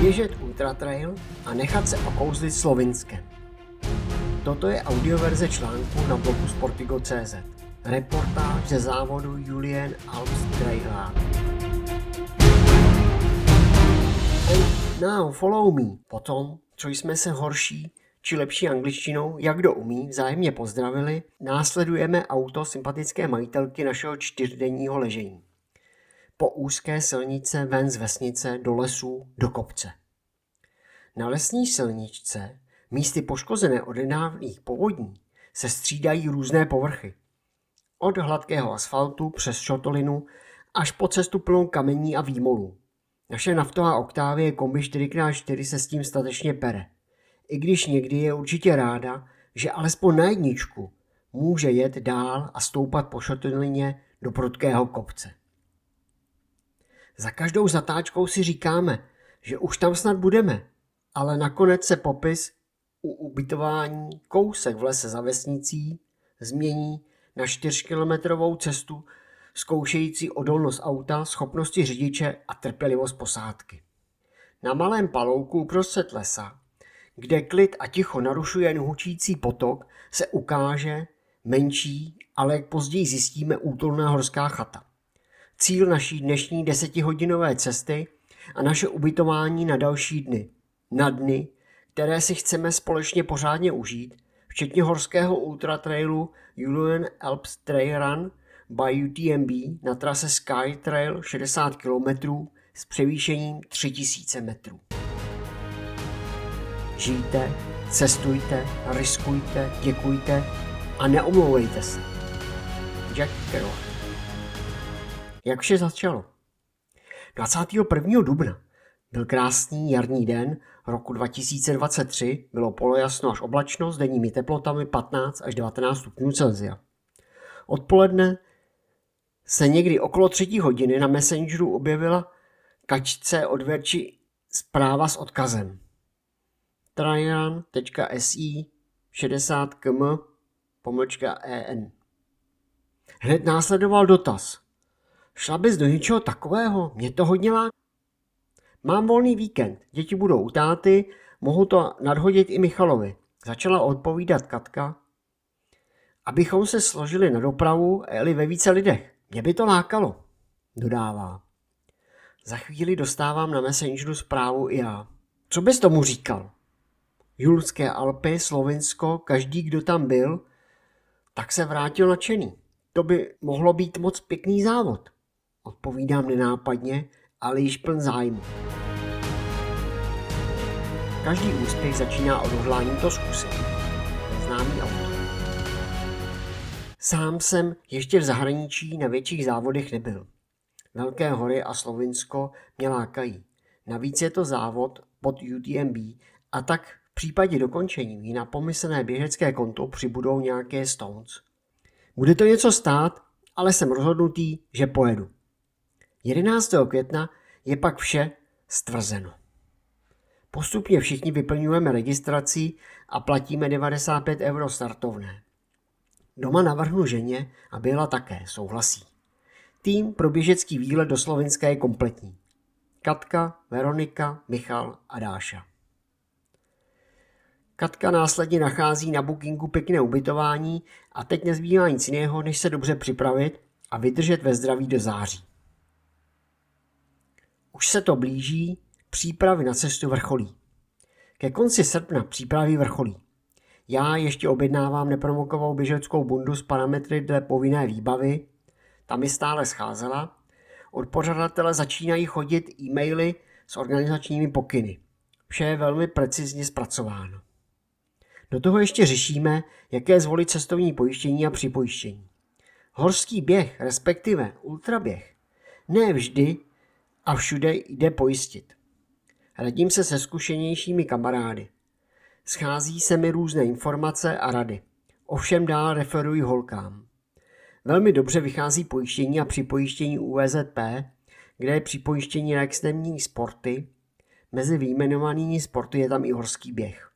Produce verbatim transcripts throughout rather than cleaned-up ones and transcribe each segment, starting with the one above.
Běžet ultratrail a nechat se okouzlit Slovinskem. Toto je audioverze článku na blogu Sportigo tečka cé zet. Reportáž ze závodu Julian Alps Trail Run. And now follow me. Potom, co jsme se horší či lepší angličtinou, jak kdo umí, vzájemně pozdravili, následujeme auto sympatické majitelky našeho čtyřdenního ležení. Po úzké silnice ven z vesnice do lesů do kopce. Na lesní silničce, místy poškozené od nedávných povodní, se střídají různé povrchy. Od hladkého asfaltu přes šotolinu až po cestu plnou kamení a výmolů. Naše naftová Octavia kombi čtyři krát čtyři se s tím statečně pere. I když někdy je určitě ráda, že alespoň na jedničku může jet dál a stoupat po šotolině do prudkého kopce. Za každou zatáčkou si říkáme, že už tam snad budeme, ale nakonec se popis u ubytování kousek v lese za vesnicí změní na čtyřkilometrovou cestu zkoušející odolnost auta, schopnosti řidiče a trpělivost posádky. Na malém palouku uprostřed lesa, kde klid a ticho narušuje jen hučící potok, se ukáže menší, ale jak později zjistíme, útulná horská chata. Cíl naší dnešní desetihodinové cesty a naše ubytování na další dny. Na dny, které si chceme společně pořádně užít, včetně horského ultratrailu Julian Alps Trail Run by U T M B na trase Sky Trail šedesát kilometrů s převýšením tři tisíce metrů. Žijte, cestujte, riskujte, děkujte a neomlouvejte se. Jack Kerouac. Jak vše začalo? dvacátého prvního dubna byl krásný jarní den roku dva tisíce dvacet tři, bylo polojasno až oblačno s denními teplotami patnáct až devatenáct stupňů Celsia. Odpoledne se někdy okolo třetí hodiny na Messengeru objevila kačce od Verči zpráva s odkazem trailrun tečka S I šedesát kilometrů pomlčka E N. Hned následoval dotaz. Šla bys do něčeho takového? Mě to hodně láká. Mám volný víkend, děti budou u táty, mohu to nadhodit i Michalovi. Začala odpovídat Katka. Abychom se složili na dopravu a jeli ve více lidech. Mě by to lákalo, dodává. Za chvíli dostávám na Messengeru zprávu i já. Co bys tomu říkal? Julské Alpy, Slovinsko, každý, kdo tam byl, tak se vrátil nadšený. To by mohlo být moc pěkný závod. Odpovídám nenápadně, ale již pln zájmu. Každý úspěch začíná odhodláním to zkusit. Známý auto. Sám jsem ještě v zahraničí na větších závodech nebyl. Velké hory a Slovinsko mě lákají. Navíc je to závod pod U T M B a tak v případě dokončení mi na pomyslné běžecké konto přibudou nějaké stones. Bude to něco stát, ale jsem rozhodnutý, že pojedu. jedenáctého května je pak vše stvrzeno. Postupně všichni vyplňujeme registraci a platíme devadesát pět euro startovné. Doma navrhnu ženě, aby jela také, souhlasí. Tým pro běžecký výlet do Slovinska je kompletní. Katka, Veronika, Michal a Dáša. Katka následně nachází na bookingu pěkné ubytování a teď nezbývá nic jiného, než se dobře připravit a vydržet ve zdraví do září. Už se to blíží, přípravy na cestu vrcholí. Ke konci srpna přípravy vrcholí. Já ještě objednávám nepromokovou běžeckou bundu s parametry dle povinné výbavy, ta mi stále scházela. Od pořadatele začínají chodit e-maily s organizačními pokyny. Vše je velmi precizně zpracováno. Do toho ještě řešíme, jaké zvolit cestovní pojištění a připojištění. Horský běh, respektive ultraběh, ne vždy a všude jde pojistit. Radím se se zkušenějšími kamarády. Schází se mi různé informace a rady. Ovšem dál referuji holkám. Velmi dobře vychází pojištění a připojištění U V Z P, kde je připojištění na extrémní sporty. Mezi vyjmenovanými sporty je tam i horský běh.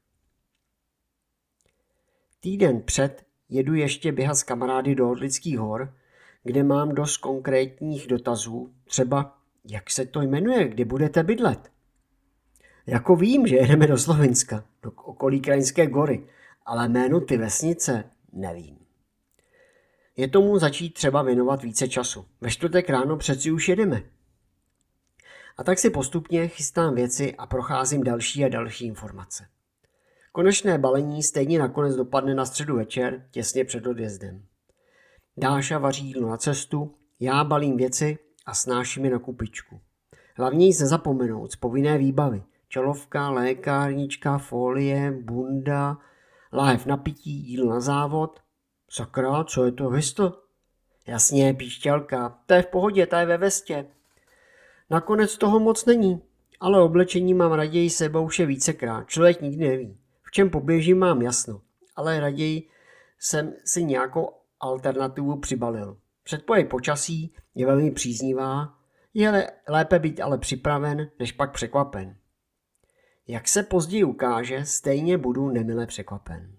Týden před jedu ještě běhat s kamarády do Orlických hor, kde mám dost konkrétních dotazů, třeba jak se to jmenuje, kde budete bydlet. Jako vím, že jedeme do Slovinska, do okolí Krajinské Gory, ale jméno ty vesnice nevím. Je tomu začít třeba věnovat více času. Ve čtvrtek ráno přeci už jedeme. A tak si postupně chystám věci a procházím další a další informace. Konečné balení stejně nakonec dopadne na středu večer, těsně před odjezdem. Dáša vaří jídlo na cestu, já balím věci a snáším je na kupičku. Hlavně nic nezapomenout z povinné výbavy. Čelovka, lékárnička, folie, bunda, láhev na pití, jídlo na závod. Sakra, co je to hysl? Jasně, píšťalka, to je v pohodě, ta je ve vestě. Nakonec toho moc není, ale oblečení mám raději sebou vše vícekrát, člověk nikdy neví. V čem poběžím mám jasno, ale raději jsem si nějakou alternativu přibalil. Předpověď počasí je velmi příznivá, je lépe být ale připraven, než pak překvapen. Jak se později ukáže, stejně budu nemile překvapen.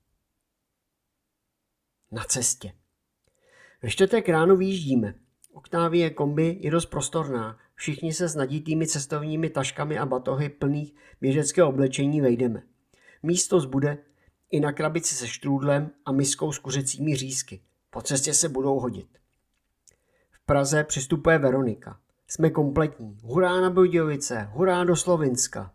Na cestě. Ve čtvrtek ráno vyjíždíme. Octavie kombi je dost prostorná. Všichni se s naditými cestovními taškami a batohy plných běžeckého oblečení vejdeme. Místo zbude i na krabici se štrůdlem a miskou s kuřecími řízky. Po cestě se budou hodit. V Praze přistupuje Veronika. Jsme kompletní. Hurá na Budějovice, hurá do Slovinska.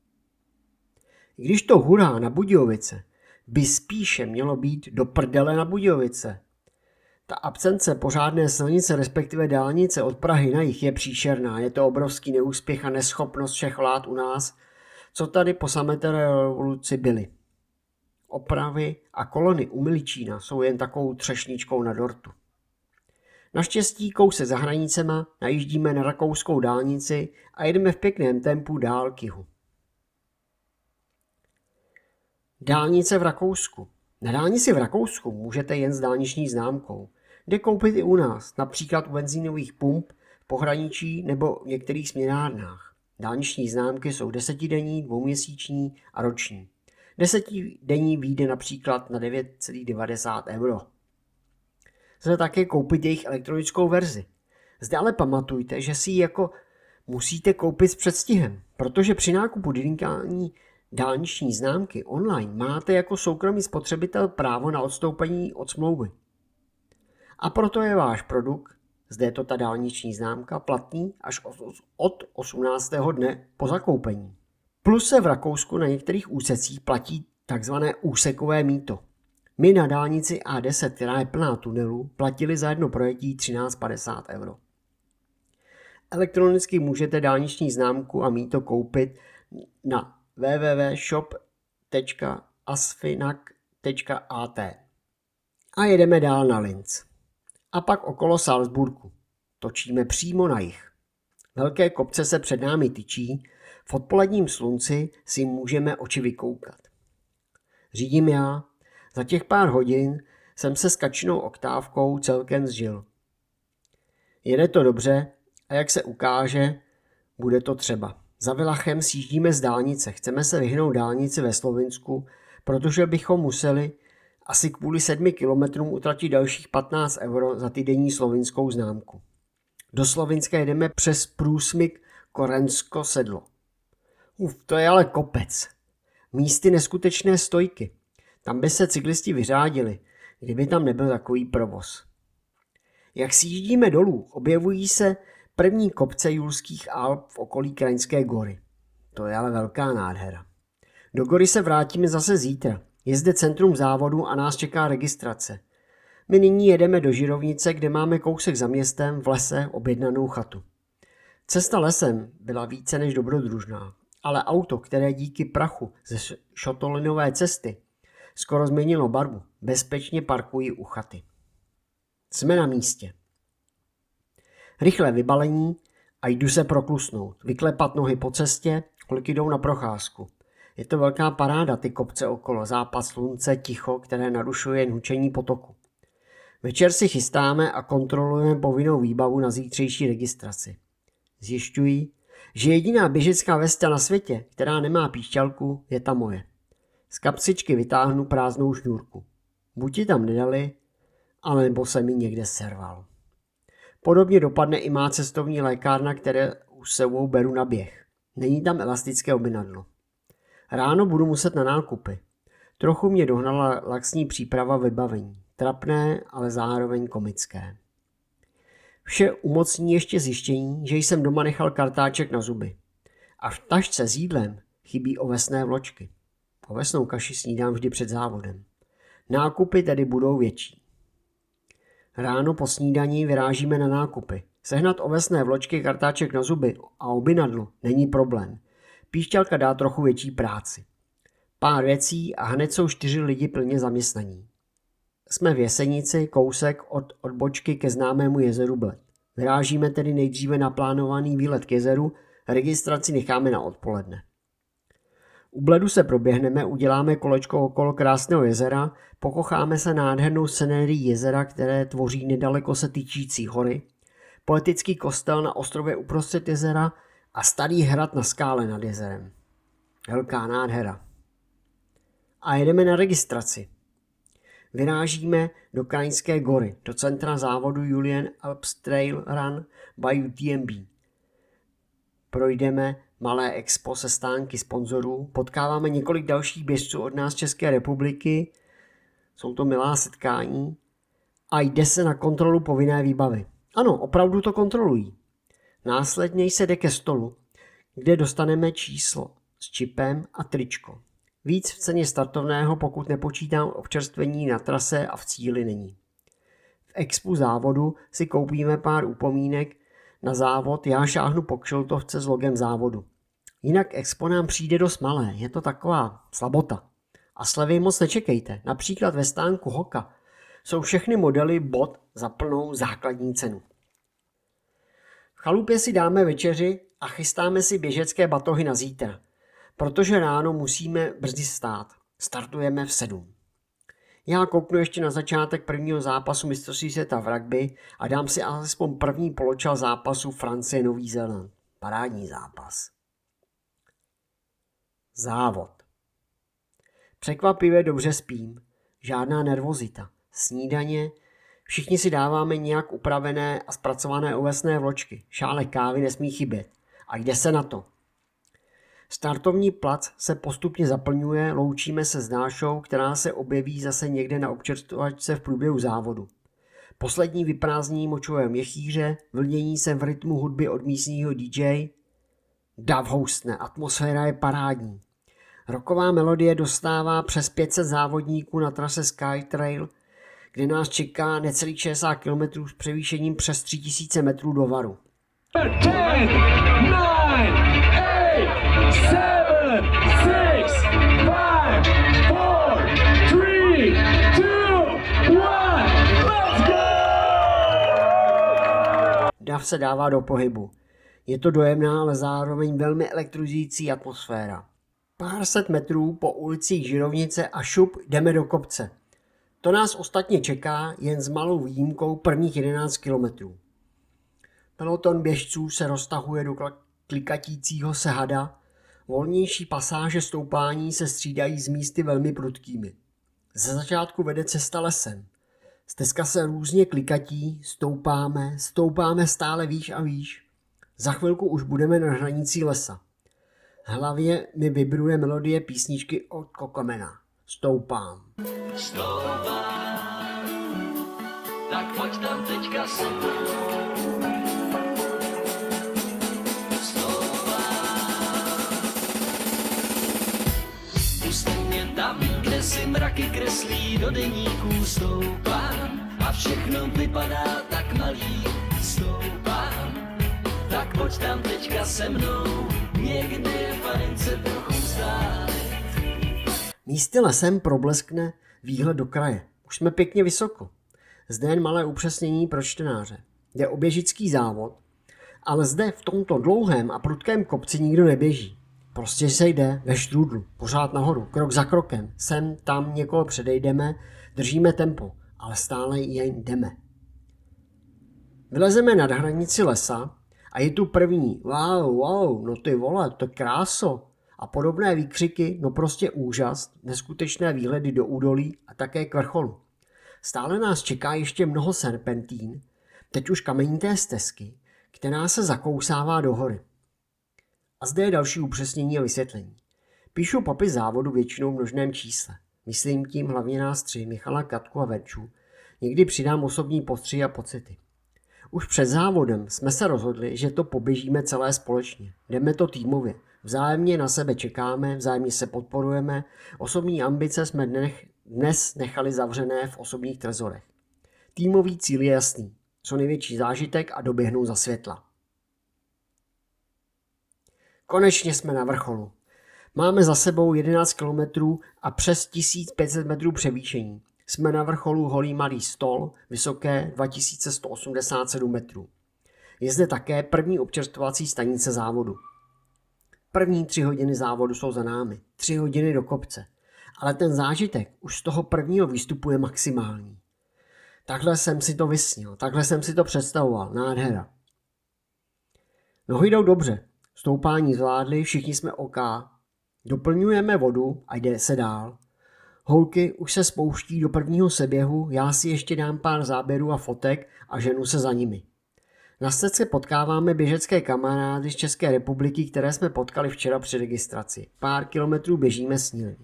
I když to hurá na Budějovice by spíše mělo být do prdele na Budějovice. Ta absence pořádné silnice, respektive dálnice od Prahy na jih je příšerná. Je to obrovský neúspěch a neschopnost všech vlád u nás, co tady po sameté revoluci byly. Opravy a kolony u Miličína jsou jen takovou třešničkou na dortu. Naštěstí kousek za hranicema najíždíme na rakouskou dálnici a jedeme v pěkném tempu dál k jihu. Dálnice v Rakousku. Na dálnici v Rakousku můžete jen s dálniční známkou. Jde koupit i u nás, například u benzínových pump, v pohraničí nebo v některých směnárnách. Dálniční známky jsou desetidenní, dvouměsíční a roční. Desetidenní vyjde například na devět celá devadesát euro. Lze také koupit jejich elektronickou verzi. Zde ale pamatujte, že si ji jako musíte koupit s předstihem, protože při nákupu digitální dálniční známky online máte jako soukromý spotřebitel právo na odstoupení od smlouvy. A proto je váš produkt, zde je to ta dálniční známka, platný až od osmnáctého dne po zakoupení. Plus se v Rakousku na některých úsecích platí takzvané úsekové mýto. My na dálnici A deset, která je plná tunelů, platili za jedno projetí třináct padesát euro. Elektronicky můžete dálniční známku a mýto koupit na w w w tečka shop tečka asfinag tečka a t. A jedeme dál na Linz. A pak okolo Salzburgu. Točíme přímo na jih. Velké kopce se před námi tyčí, v odpoledním slunci si můžeme oči vykoukat. Řídím já. Za těch pár hodin jsem se s Kačinou Oktávkou celkem zžil. Jede to dobře a jak se ukáže, bude to třeba. Za Villachem sjíždíme z dálnice. Chceme se vyhnout dálnici ve Slovinsku, protože bychom museli asi kvůli sedmi kilometrům utratit dalších patnáct euro za týdenní slovinskou známku. Do Slovinska jedeme přes průsmyk Korensko sedlo. Uf, to je ale kopec. Místy neskutečné stojky. Tam by se cyklisti vyřádili, kdyby tam nebyl takový provoz. Jak sjíždíme dolů, objevují se první kopce Julských Alp v okolí Krajinské Gory. To je ale velká nádhera. Do Gory se vrátíme zase zítra. Je zde centrum závodu a nás čeká registrace. My nyní jedeme do Žirovnice, kde máme kousek za městem v lese objednanou chatu. Cesta lesem byla více než dobrodružná, ale auto, které díky prachu ze šotolinové cesty skoro změnilo barvu, bezpečně parkují u chaty. Jsme na místě. Rychlé vybalení a jdu se proklusnout, vyklepat nohy po cestě, kolik jdou na procházku. Je to velká paráda, ty kopce okolo, západ slunce, ticho, které narušuje jen hučení potoku. Večer si chystáme a kontrolujeme povinnou výbavu na zítřejší registraci. Zjišťuji, že jediná běžecká vesta na světě, která nemá píšťalku, je ta moje. Z kapsičky vytáhnu prázdnou šňůrku. Buď ji tam nedali, ale nebo se mi někde serval. Podobně dopadne i má cestovní lékárna, které už sebou beru na běh. Není tam elastické obynadlo. Ráno budu muset na nákupy. Trochu mě dohnala laxní příprava vybavení. Trapné, ale zároveň komické. Vše umocní ještě zjištění, že jsem doma nechal kartáček na zuby. A v tašce s jídlem chybí ovesné vločky. Ovesnou kaši snídám vždy před závodem. Nákupy tedy budou větší. Ráno po snídani vyrážíme na nákupy. Sehnat ovesné vločky, kartáček na zuby a obynadlo není problém. Píšťalka dá trochu větší práci. Pár věcí a hned jsou čtyři lidi plně zaměstnaní. Jsme v Jesenici, kousek od odbočky ke známému jezeru Bled. Vyrážíme tedy nejdříve na plánovaný výlet k jezeru, registraci necháme na odpoledne. U Bledu se proběhneme, uděláme kolečko okolo krásného jezera, pokocháme se nádhernou scenérii jezera, které tvoří nedaleko se tyčící hory, poetický kostel na ostrově uprostřed jezera a starý hrad na skále nad jezerem. Velká nádhera. A jedeme na registraci. Vyrážíme do Kraňské Gory, do centra závodu Julian Alps Trail Run by U T M B. Projdeme malé expo se stánky sponzorů, potkáváme několik dalších běžců od nás z České republiky, jsou to milá setkání a jde se na kontrolu povinné výbavy. Ano, opravdu to kontrolují. Následně se jde ke stolu, kde dostaneme číslo s čipem a tričko. Víc v ceně startovného, pokud nepočítám občerstvení na trase a v cíli není. V expu závodu si koupíme pár upomínek na závod, já šáhnu po kšiltovce s logem závodu. Jinak expo nám přijde dost malé, je to taková slabota. A slevy moc nečekejte, například ve stánku Hoka jsou všechny modely bot za plnou základní cenu. V chalupě si dáme večeři a chystáme si běžecké batohy na zítra, protože ráno musíme brzy vstát. Startujeme v sedm. Já kouknu ještě na začátek prvního zápasu mistrovství světa v rugby a dám si alespoň první poločas zápasu Francie Nový Zéland. Parádní zápas. Závod. Překvapivě dobře spím. Žádná nervozita. Snídaně. Všichni si dáváme nějak upravené a zpracované ovesné vločky. Šálek kávy nesmí chybět. A jde se na to. Startovní plac se postupně zaplňuje, loučíme se s Dášou, která se objeví zase někde na občerstvovačce v průběhu závodu. Poslední vyprázdnění močové měchýře, vlnění se v rytmu hudby od místního D J. Dav houstne, atmosféra je parádní. Rocková melodie dostává přes pět set závodníků na trase Skytrail, kde nás čeká necelých šedesát kilometrů s převýšením přes tři tisíce metrů do varu. ten, nine, eight, seven, six, five, four, three, two, one, let's go! Dav se dává do pohybu. Je to dojemná, ale zároveň velmi elektrizující atmosféra. Pár set metrů po ulicích Žirovnice a šup jdeme do kopce. To nás ostatně čeká jen s malou výjimkou prvních jedenáct kilometrů. Peloton běžců se roztahuje do klikatícího se hada, volnější pasáže stoupání se střídají s místy velmi prudkými. Ze začátku vede cesta lesem. Stezka se různě klikatí, stoupáme, stoupáme stále výš a výš. Za chvilku už budeme na hranici lesa. V hlavě mi vibruje melodie písničky od Kokomena. Stoupám. Stoupám, tak pojď tam teďka se mnou. Pustí mě tam, kde si mraky kreslí do deníků. Stoupám a všechno vypadá tak malý. Stoupám, tak pojď tam teďka se mnou. Někdy je fajn se trochu vzdát. Místy lesem probleskne výhled do kraje. Už jsme pěkně vysoko. Zde jen malé upřesnění pro čtenáře. Jde o běžický závod, ale zde v tomto dlouhém a prudkém kopci nikdo neběží. Prostě se jde ve štrůdlu, pořád nahoru, krok za krokem. Sem, tam někoho předejdeme, držíme tempo, ale stále jen jdeme. Vylezeme nad hranici lesa a je tu první. Wow, wow, no ty vole, to kráso. A podobné výkřiky, no prostě úžas, neskutečné výhledy do údolí a také k vrcholu. Stále nás čeká ještě mnoho serpentín, teď už kamenité stezky, která se zakousává do hory. A zde je další upřesnění a vysvětlení. Píšu popis závodu většinou v množném čísle. Myslím tím hlavně nás tři, Michala, Katku a Verču. Někdy přidám osobní postřihy a pocity. Už před závodem jsme se rozhodli, že to poběžíme celé společně. Jdeme to týmově. Vzájemně na sebe čekáme, vzájemně se podporujeme. Osobní ambice jsme dnes nechali zavřené v osobních trezorech. Týmový cíl je jasný. Co největší zážitek a doběhnout za světla. Konečně jsme na vrcholu. Máme za sebou jedenáct kilometrů a přes tisíc pět set metrů převýšení. Jsme na vrcholu Holý Malý Stol, vysoké dva tisíce sto osmdesát sedm metrů. Je zde také první občerstvovací stanice závodu. První tři hodiny závodu jsou za námi, tři hodiny do kopce. Ale ten zážitek už z toho prvního výstupu je maximální. Takhle jsem si to vysnil, takhle jsem si to představoval, nádhera. Nohy jdou dobře, stoupání zvládli, všichni jsme OK. Doplňujeme vodu a jde se dál. Holky už se spouští do prvního seběhu, já si ještě dám pár záběrů a fotek a ženu se za nimi. Na stezce potkáváme běžecké kamarády z České republiky, které jsme potkali včera při registraci. Pár kilometrů běžíme s nimi.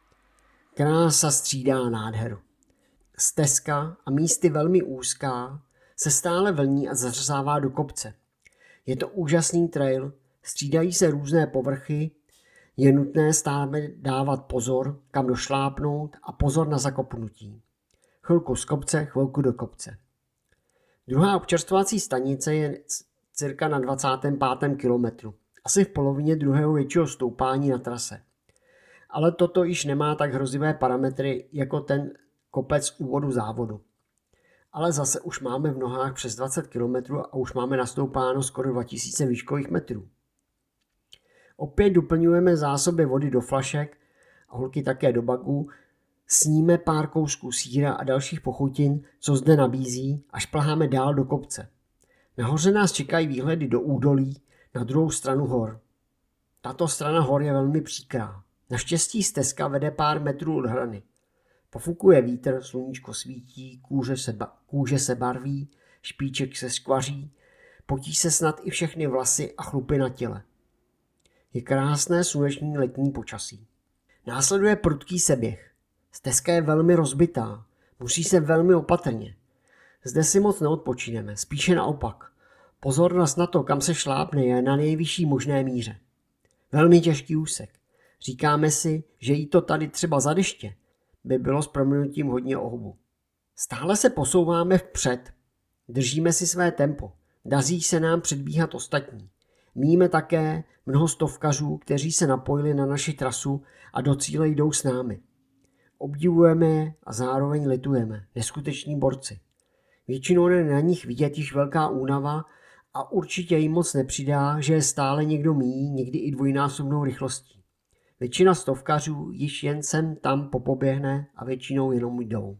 Krása střídá nádheru. Stezka a místy velmi úzká se stále vlní a zařezává do kopce. Je to úžasný trail, střídají se různé povrchy, je nutné stále dávat pozor, kam došlápnout a pozor na zakopnutí. Chvilku z kopce, chvilku do kopce. Druhá občerstvovací stanice je cirka na dvacátém pátém kilometru, asi v polovině druhého většího stoupání na trase. Ale toto již nemá tak hrozivé parametry jako ten kopec v úvodu závodu. Ale zase už máme v nohách přes dvacet kilometrů a už máme nastoupáno skoro dva tisíce výškových metrů. Opět doplňujeme zásoby vody do flašek a holky také do bagů, sníme pár kousků sýra a dalších pochutin, co zde nabízí, až plháme dál do kopce. Nahoře nás čekají výhledy do údolí na druhou stranu hor. Tato strana hor je velmi příkrá. Naštěstí stezka vede pár metrů od hrany. Pofukuje vítr, sluníčko svítí, kůže se, ba- kůže se barví, špiček se skvaří, potí se snad i všechny vlasy a chlupy na těle. Je krásné sluneční letní počasí. Následuje prudký seběh. Stezka je velmi rozbitá, musí se velmi opatrně. Zde si moc neodpočineme, spíše naopak. Pozornost na to, kam se šlápne, je na nejvyšší možné míře. Velmi těžký úsek. Říkáme si, že jí to tady třeba za deště by bylo s prominutím hodně ohubu. Stále se posouváme vpřed. Držíme si své tempo. Daří se nám předbíhat ostatní. Míme také mnoho stovkařů, kteří se napojili na naši trasu a do cíle jdou s námi. Obdivujeme je a zároveň litujeme. Neskuteční borci. Většinou je na nich vidět již velká únava a určitě jim moc nepřidá, že je stále někdo míjí, někdy i dvojnásobnou rychlostí. Většina stovkařů již jen sem tam popoběhne a většinou jenom jdou.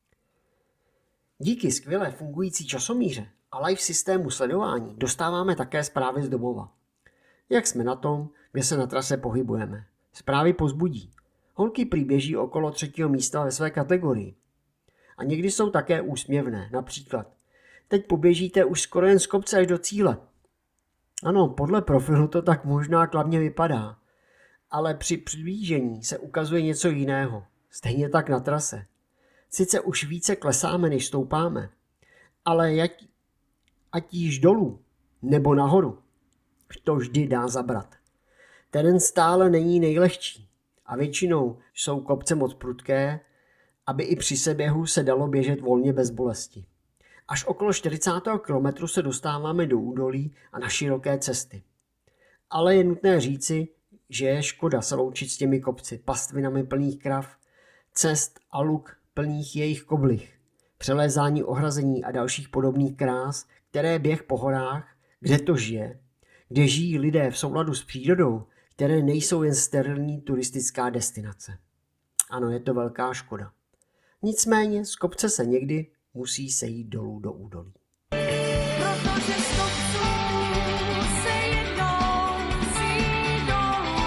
Díky skvěle fungující časomíře a live systému sledování dostáváme také zprávy z domova. Jak jsme na tom, kde se na trase pohybujeme. Zprávy povzbudí. Holky prý běží okolo třetího místa ve své kategorii. A někdy jsou také úsměvné, například. Teď poběžíte už skoro jen z kopce až do cíle. Ano, podle profilu to tak možná kladně vypadá. Ale při přiblížení se ukazuje něco jiného. Stejně tak na trase. Sice už více klesáme, než stoupáme, ale ať, ať již dolů nebo nahoru, to vždy dá zabrat. Terén stále není nejlehčí a většinou jsou kopce moc prudké, aby i při seběhu se dalo běžet volně bez bolesti. Až okolo čtyřicátého kilometru se dostáváme do údolí a na široké cesty. Ale je nutné říci, že je škoda se loučit s těmi kopci, pastvinami plných krav, cest a luk plných jejich koblih, přelézání ohrazení a dalších podobných krás, které běh po horách, kde to žije, kde žijí lidé v souladu s přírodou, které nejsou jen sterilní turistická destinace. Ano, je to velká škoda. Nicméně z kopce se někdy musí sejít dolů do údolí. Protože z kopců se jednou musí dolů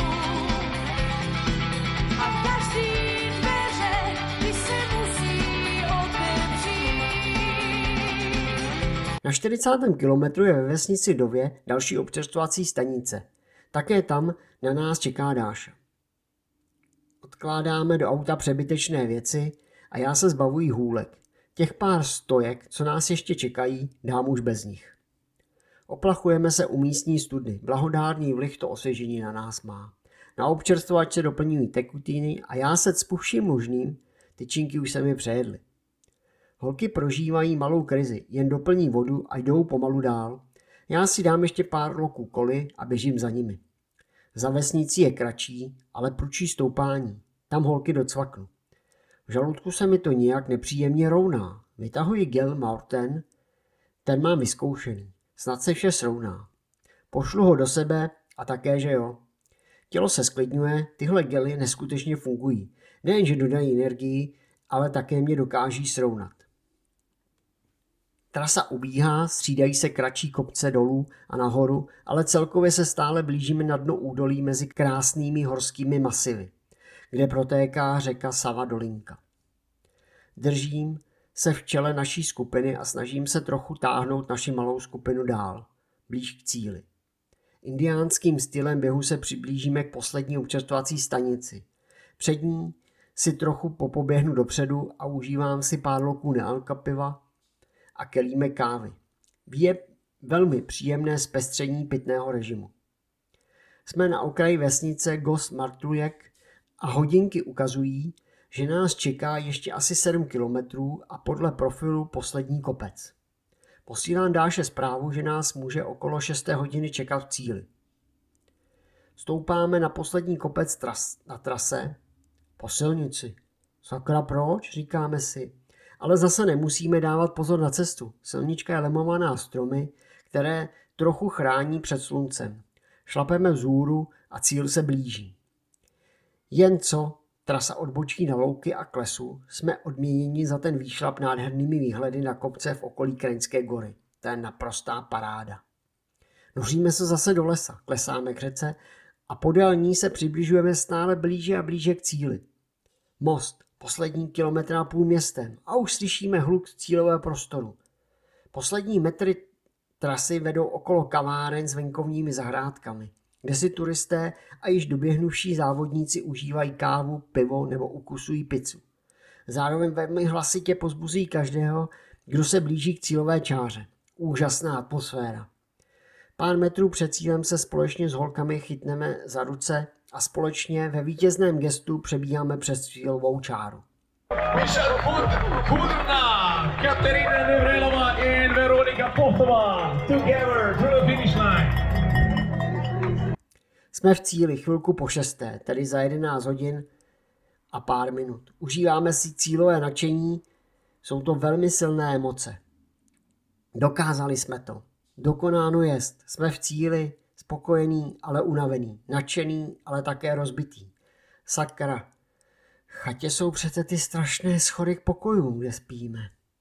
a každý dveře, když se musí otevřít. Na čtyřicátém kilometru je ve vesnici Dově další občerstvovací stanice. Také tam na nás čeká Dáša. Odkládáme do auta přebytečné věci a já se zbavuji hůlek. Těch pár stojek, co nás ještě čekají, dám už bez nich. Oplachujeme se u místní studny. Blahodárný vliv to osvěžení na nás má. Na občerstvovač se doplňují tekutiny a já se cpu vším možným, tyčinky už se mi přejedly. Holky prožívají malou krizi, jen doplní vodu a jdou pomalu dál. Já si dám ještě pár loků koly a běžím za nimi. Za vesnicí je kratší, ale prudší stoupání. Tam holky docvaknu. V žaludku se mi to nijak nepříjemně rovná. Vytahuji gel Morten, ten mám vyzkoušený. Snad se vše srovná. Pošlu ho do sebe a také, že jo. Tělo se sklidňuje, tyhle gely neskutečně fungují. Nejenže dodají energii, ale také mě dokáží srovnat. Trasa ubíhá, střídají se kratší kopce dolů a nahoru, ale celkově se stále blížíme na dno údolí mezi krásnými horskými masivy, kde protéká řeka Sava Dolinka. Držím se v čele naší skupiny a snažím se trochu táhnout naši malou skupinu dál, blíž k cíli. Indiánským stylem běhu se přiblížíme k poslední občerstvovací stanici. Před ní si trochu popoběhnu dopředu a užívám si pár loků nealka piva a kelímek kávy. Je velmi příjemné zpestření pitného režimu. Jsme na okraji vesnice Gos Martujek a hodinky ukazují, že nás čeká ještě asi sedm kilometrů a podle profilu poslední kopec. Posílám Dáše zprávu, že nás může okolo šesté hodiny čekat v cíli. Stoupáme na poslední kopec tras, na trase po silnici. Sakra proč, říkáme si. Ale zase nemusíme dávat pozor na cestu. Silnička je lemovaná stromy, které trochu chrání před sluncem. Šlapeme vzhůru a cíl se blíží. Jen co trasa odbočí na louky a klesu, jsme odměněni za ten výšlap nádhernými výhledy na kopce v okolí Kraňské gory. To je naprostá paráda. Noříme se zase do lesa, klesáme k řece a podél ní se přibližujeme stále blíže a blíže k cíli. Most, poslední kilometr a půl městem a už slyšíme hluk z cílového prostoru. Poslední metry trasy vedou okolo kaváren s venkovními zahrádkami, kde si turisté a již doběhnuvší závodníci užívají kávu, pivo nebo ukusují pizzu. Zároveň velmi hlasitě pozbuzují každého, kdo se blíží k cílové čáře. Úžasná atmosféra. Pár metrů před cílem se společně s holkami chytneme za ruce a společně ve vítězném gestu přebíháme přes cílovou čáru. Michal Kudrna, Katerina Nevrelova and Veronika Pochtova together to the finish line. Jsme v cíli chvilku po šesté, tedy za jedenáct hodin a pár minut. Užíváme si cílové nadšení, jsou to velmi silné emoce. Dokázali jsme to. Dokonáno jest. Jsme v cíli, spokojený, ale unavený. Nadšený, ale také rozbitý. Sakra. Chatě jsou přece ty strašné schody k pokojům, kde spíme.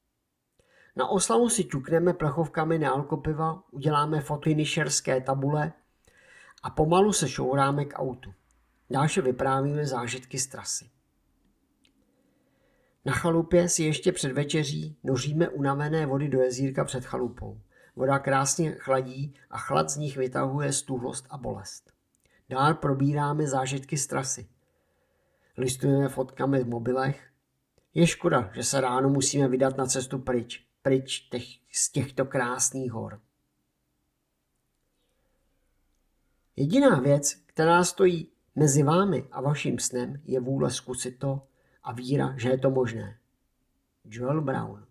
Na oslavu si ťukneme plechovkami nealkopiva, uděláme fotfinisherské tabule a pomalu se šouráme k autu. Dáše vyprávíme zážitky z trasy. Na chalupě si ještě před večeří noříme unavené vody do jezírka před chalupou. Voda krásně chladí a chlad z nich vytahuje stuhlost a bolest. Dál probíráme zážitky z trasy. Listujeme fotkami v mobilech. Je škoda, že se ráno musíme vydat na cestu pryč, pryč těch, z těchto krásných hor. Jediná věc, která stojí mezi vámi a vaším snem, je vůle zkusit to a víra, že je to možné. Joel Brown.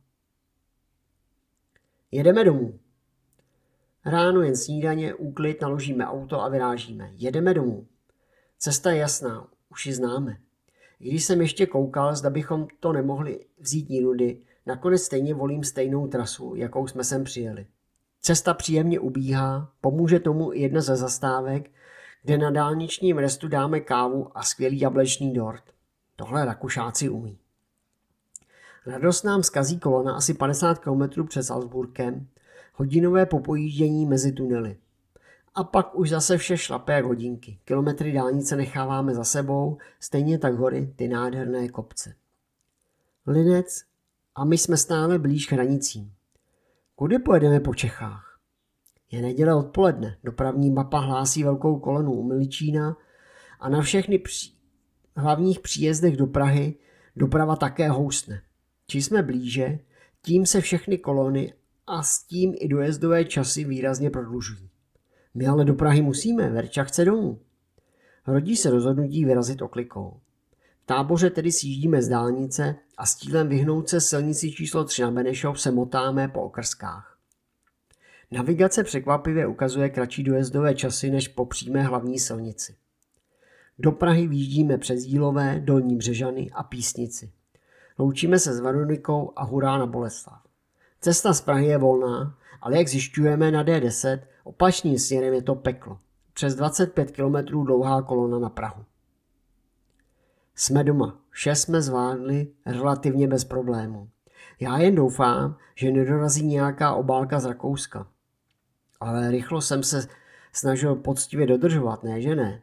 Jedeme domů. Ráno jen snídaně, úklid, naložíme auto a vyrážíme. Jedeme domů. Cesta je jasná, už ji známe. Když jsem ještě koukal, zda bychom to nemohli vzít jinudy, nakonec stejně volím stejnou trasu, jakou jsme sem přijeli. Cesta příjemně ubíhá, pomůže tomu i jedna ze zastávek, kde na dálničním restu dáme kávu a skvělý jablečný dort. Tohle Rakušáci umí. Radost nám zkazí kolona asi padesát kilometrů před Salzburgem, hodinové popojíždění mezi tunely. A pak už zase vše šlape jak hodinky. Kilometry dálnice necháváme za sebou, stejně tak hory, ty nádherné kopce. Linec a my jsme stále blíž k hranicím. Kudy pojedeme po Čechách? Je neděle odpoledne, dopravní mapa hlásí velkou kolonu u Miličína a na všechny při... hlavních příjezdech do Prahy doprava také housne. Čím jsme blíže, tím se všechny kolony a s tím i dojezdové časy výrazně prodlužují. My ale do Prahy musíme, Verča chce domů. Rodí se rozhodnutí vyrazit oklikou. V Táboře tedy sjíždíme z dálnice a s cílem vyhnout se silnici číslo tři na Benešov se motáme po okrskách. Navigace překvapivě ukazuje kratší dojezdové časy než po přímé hlavní silnici. Do Prahy výjíždíme přes Jílové, Dolní Břežany a Písnici. Loučíme se s Veronikou a hurá na Boleslav. Cesta z Prahy je volná, ale jak zjišťujeme na D deset, opačným směrem je to peklo. Přes dvacet pět kilometrů dlouhá kolona na Prahu. Jsme doma. Vše jsme zvládli relativně bez problémů. Já jen doufám, že nedorazí nějaká obálka z Rakouska. Ale rychlo jsem se snažil poctivě dodržovat, ne že ne?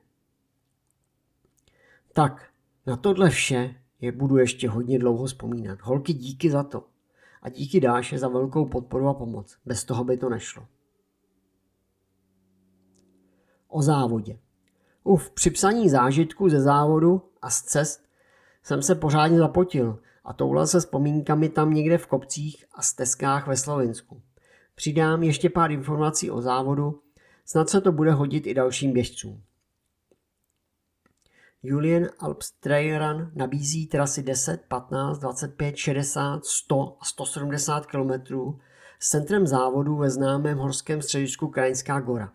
Tak, na tohle vše je budu ještě hodně dlouho vzpomínat. Holky, díky za to. A díky Dáše za velkou podporu a pomoc. Bez toho by to nešlo. O závodě. Uf, při psaní zážitků ze závodu a z cest jsem se pořádně zapotil a toulal se vzpomínkami tam někde v kopcích a stezkách ve Slovinsku. Přidám ještě pár informací o závodu, snad se to bude hodit i dalším běžcům. Julian Alps Trail Run nabízí trasy deset, patnáct, dvacet pět, šedesát, sto a sto sedmdesát kilometrů s centrem závodu ve známém horském středisku Krajinská Gora.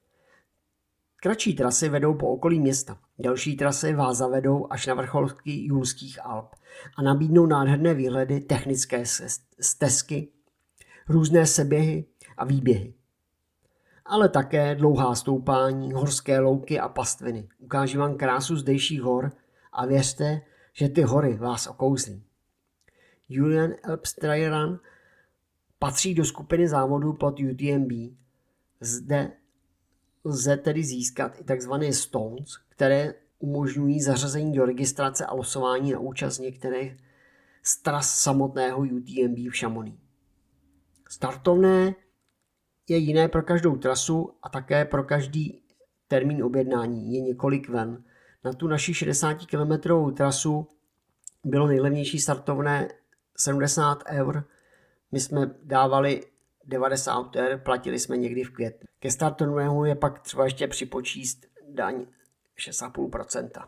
Kratší trasy vedou po okolí města, další trasy vás zavedou až na vrcholky Julských Alp a nabídnou nádherné výhledy, technické stezky, různé seběhy a výběhy. Ale také dlouhá stoupání, horské louky a pastviny. Ukážu vám krásu zdejších hor a věřte, že ty hory vás okouzlí. Julian Alps Trail Run patří do skupiny závodů pod U T M B. Zde lze tedy získat i tzv. Stones, které umožňují zařazení do registrace a losování na účast některých z tras samotného U T M B v Chamonix. Startovné je jiné pro každou trasu a také pro každý termín objednání. Je několik ven. Na tu naši šedesátikilometrovou trasu bylo nejlevnější startovné sedmdesát eur. My jsme dávali devadesát eur, platili jsme někdy v květnu. Ke startovnému je pak třeba ještě připočíst daň šest celá pět procenta.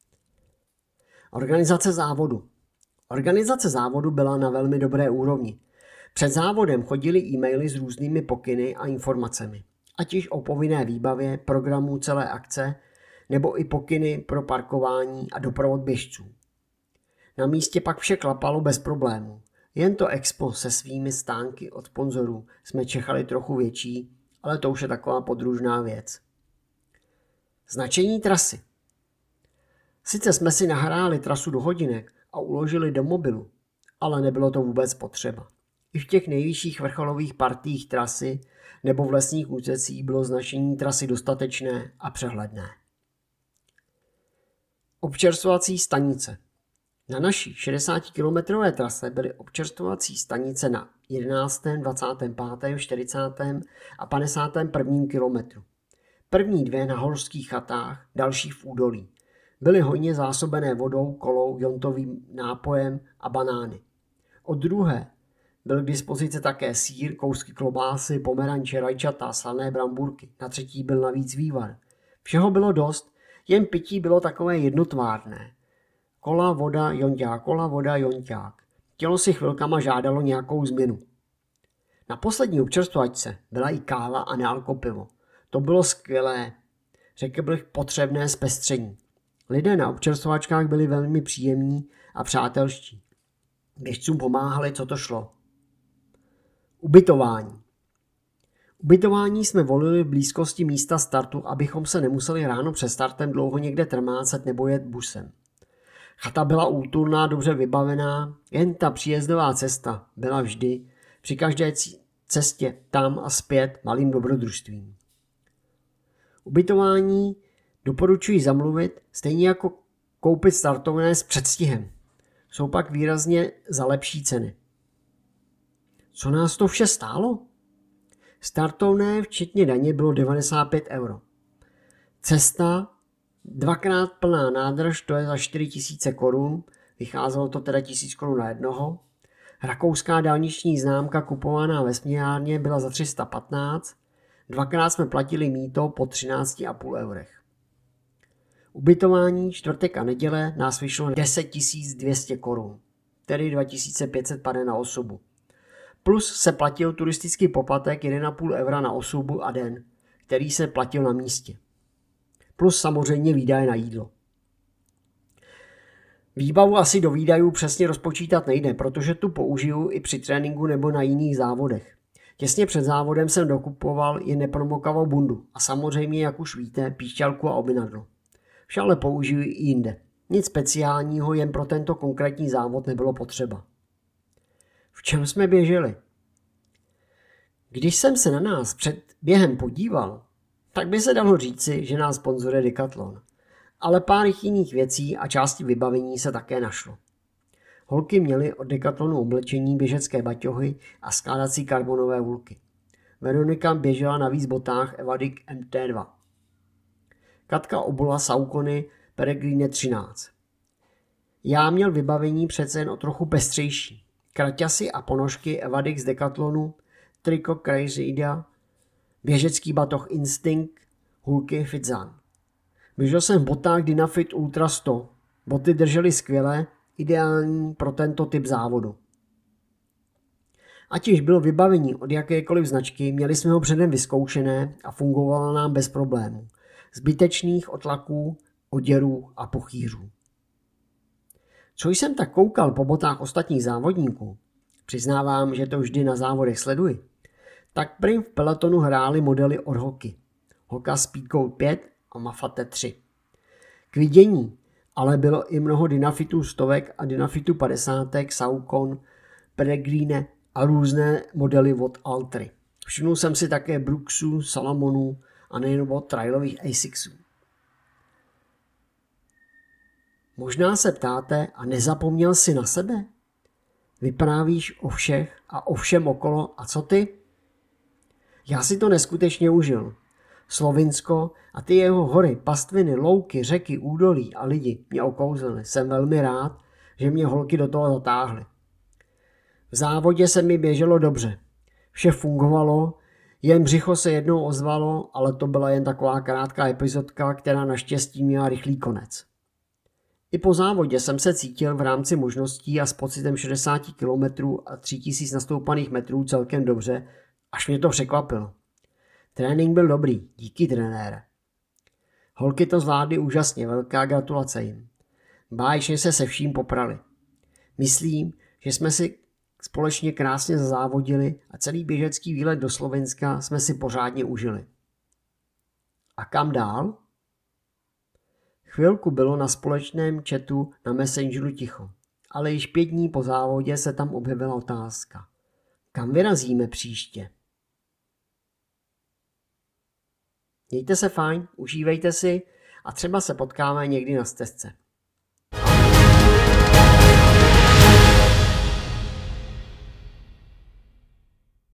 Organizace závodu. Organizace závodu byla na velmi dobré úrovni. Před závodem chodily e-maily s různými pokyny a informacemi, ať již o povinné výbavě, programu celé akce, nebo i pokyny pro parkování a doprovod běžců. Na místě pak vše klapalo bez problémů. Jen to expo se svými stánky od sponzorů jsme čekali trochu větší, ale to už je taková podružná věc. Značení trasy. Sice jsme si nahráli trasu do hodinek a uložili do mobilu, ale nebylo to vůbec potřeba. I v těch nejvyšších vrcholových partiích trasy nebo v lesních úsecích bylo značení trasy dostatečné a přehledné. Občerstvovací stanice. Na naší šedesátikilometrové trase byly občerstvovací stanice na jedenáctém, dvacátém pátém, čtyřicátém a padesátém prvním kilometru. První dvě na horských chatách, další v údolí. Byly hojně zásobené vodou, kolou, jontovým nápojem a banány. Od druhé byl k dispozici také sýr, kousky klobásy, pomeranče, rajčata, slané brambůrky. Na třetí byl navíc vývar. Všeho bylo dost, jen pití bylo takové jednotvárné. Kola, voda, jonťák, kola, voda, jonťák. Tělo si chvilkama žádalo nějakou změnu. Na poslední občerstvovačce byla i káva a nealkopivo. To bylo skvělé, řekl bych potřebné zpestření. Lidé na občerstvovačkách byli velmi příjemní a přátelští. Běžcům pomáhali, co to šlo. Ubytování. Ubytování jsme volili v blízkosti místa startu, abychom se nemuseli ráno před startem dlouho někde trmácet nebo jet busem. Chata byla útulná, dobře vybavená, jen ta příjezdová cesta byla vždy při každé cestě tam a zpět malým dobrodružstvím. Ubytování doporučuji zamluvit, stejně jako koupit startovné s předstihem. Jsou pak výrazně za lepší ceny. Co nás to vše stálo? Startovné včetně daně bylo devadesát pět euro. Cesta, dvakrát plná nádrž, to je za čtyři tisíce korun, vycházelo to teda tisíc korun na jednoho. Rakouská dálniční známka kupovaná ve směnárně byla za tři sta patnáct, dvakrát jsme platili mýto po třináct a půl eurech. Ubytování čtvrtek a neděle nás vyšlo deset tisíc dvě stě korun, tedy dva tisíce pět set padesát na osobu. Plus se platil turistický poplatek jedna a půl eura na osobu a den, který se platil na místě. Plus samozřejmě výdaje na jídlo. Výbavu asi do výdajů přesně rozpočítat nejde, protože tu použiju i při tréninku nebo na jiných závodech. Těsně před závodem jsem dokupoval jen nepromokavou bundu a samozřejmě, jak už víte, píšťalku a obinadlo. Vše ale použiju i jinde. Nic speciálního jen pro tento konkrétní závod nebylo potřeba. V čem jsme běželi? Když jsem se na nás před během podíval, tak by se dalo říci, že nás sponzoruje Decathlon. Ale pár jiných věcí a části vybavení se také našlo. Holky měly od Decathlonu oblečení, běžecké baťohy a skládací karbonové hůlky. Veronika běžela na víc botách Evadik M T dva. Katka obula Saucony Peregrine třináct. Já měl vybavení přece jen o trochu pestřejší. Kraťasy a ponožky Evadik z Decathlonu, triko Crazyda, běžecký batoh Instinct, hůlky Fitzan. Běžel jsem v botách Dynafit Ultra sto. Boty držely skvěle, ideální pro tento typ závodu. Ať již bylo vybavení od jakékoliv značky, měli jsme ho předem vyzkoušené a fungovalo nám bez problémů. Zbytečných otlaků, oděrů a pochýřů. Co jsem tak koukal po botách ostatních závodníků, přiznávám, že to vždy na závodech sleduji, tak prim v pelotonu hrály modely od Hoky. Hoka Speedgoat pět a Mafate tři. K vidění ale bylo i mnoho Dynafitů stovek a Dynafitů padesátek, Saucon, Peregrine a různé modely od Altry. Všimnul jsem si také Brooksů, Salamonů a nejen od trailových Asicsů. Možná se ptáte, a nezapomněl jsi na sebe? Vyprávíš o všech a o všem okolo, a co ty? Já si to neskutečně užil. Slovinsko a ty jeho hory, pastviny, louky, řeky, údolí a lidi mě okouzlili. Jsem velmi rád, že mě holky do toho zatáhly. V závodě se mi běželo dobře. Vše fungovalo, jen břicho se jednou ozvalo, ale to byla jen taková krátká epizodka, která naštěstí měla rychlý konec. I po závodě jsem se cítil v rámci možností a s pocitem šedesát kilometrů a tři tisíce nastoupaných metrů celkem dobře, až mě to překvapilo. Trénink byl dobrý, díky trenére. Holky to zvládly úžasně, velká gratulace jim. Báječně se se vším poprali. Myslím, že jsme si společně krásně zazávodili a celý běžecký výlet do Slovenska jsme si pořádně užili. A kam dál? Chvilku bylo na společném chatu na Messengeru ticho, ale již pět dní po závodě se tam objevila otázka. Kam vyrazíme příště? Mějte se fajn, užívejte si a třeba se potkáme někdy na stezce.